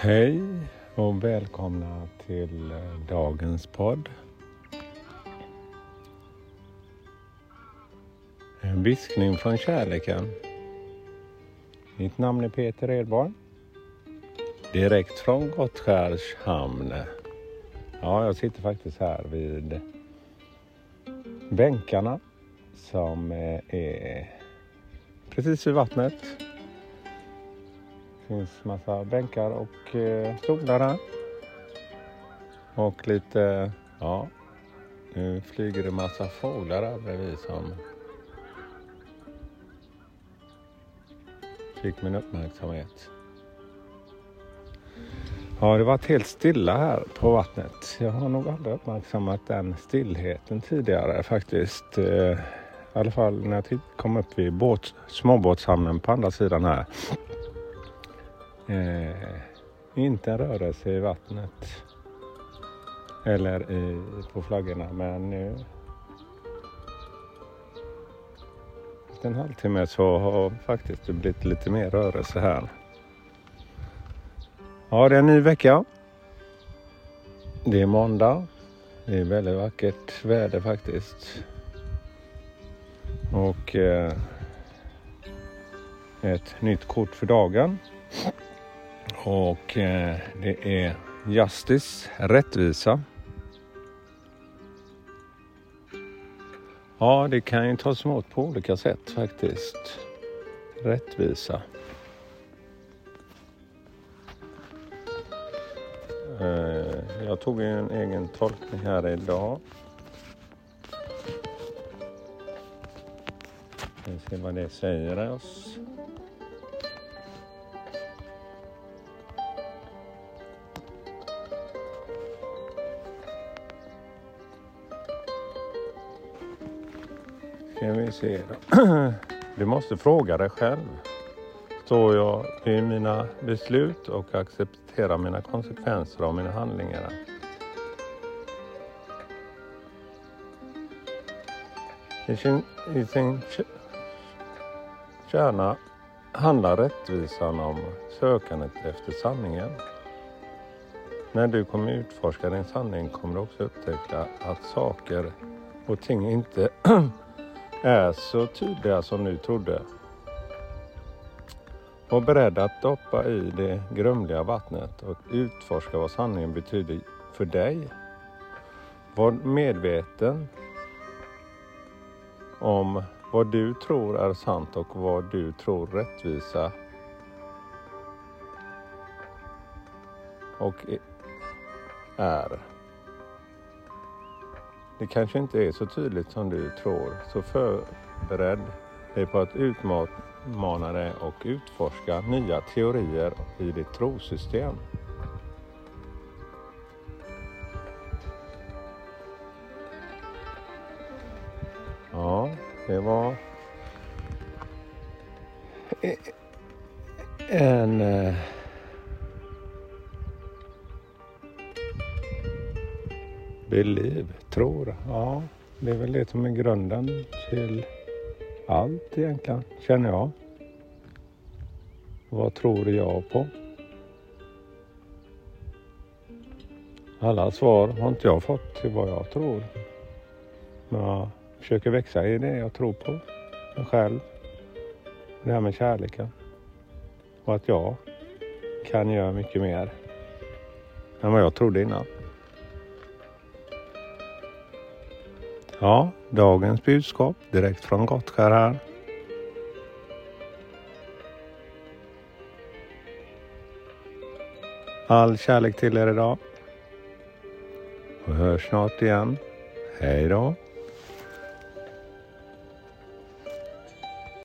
Hej och välkomna till dagens podd. En viskning från kärleken. Mitt namn är Peter Edborg. Direkt från Gottskärshamn. Ja, jag sitter faktiskt här vid bänkarna som är precis vid vattnet. Det finns massa bänkar och stolar här. Och lite, nu flyger det massa fåglar här bredvid som fick min uppmärksamhet. Ja, det har varit helt stilla här på vattnet. Jag har nog aldrig uppmärksammat den stillheten tidigare faktiskt. I alla fall när jag kom upp vid småbåtshamnen på andra sidan här. Inte en rörelse i vattnet eller på flaggorna, men nu efter en halvtimme så har faktiskt det blivit lite mer rörelse här. Ja, det är en ny vecka. Det är måndag. Det är väldigt vackert väder faktiskt. Och ett nytt kort för dagen. Och det är Justice, rättvisa. Ja, det kan ju tas emot på olika sätt faktiskt. Rättvisa. Jag tog en egen tolkning här idag. Vi ska se vad det säger oss. Ska vi se då. Du måste fråga dig själv. Står jag i mina beslut och accepterar mina konsekvenser av mina handlingar? I sin kärna handlar rättvisan om sökandet efter sanningen. När du kommer utforska din sanning kommer du också upptäcka att saker och ting inte är så tydliga som du trodde. Var beredd att doppa i det grumliga vattnet och utforska vad sanningen betyder för dig. Var medveten om vad du tror är sant och vad du tror rättvisa och är. Det kanske inte är så tydligt som du tror, så förbered dig på att utmana dig och utforska nya teorier i ditt trosystem. Ja, det var en believe, tror. Ja, det är väl det som är grunden till allt egentligen, känner jag. Vad tror jag på? Alla svar har inte jag fått till vad jag tror. Men jag försöker växa i det jag tror på. Mig själv. Det här med kärleken. Och att jag kan göra mycket mer än vad jag trodde innan. Ja, dagens budskap direkt från Gottskär här. All kärlek till er idag. Och hörs snart igen. Hej då.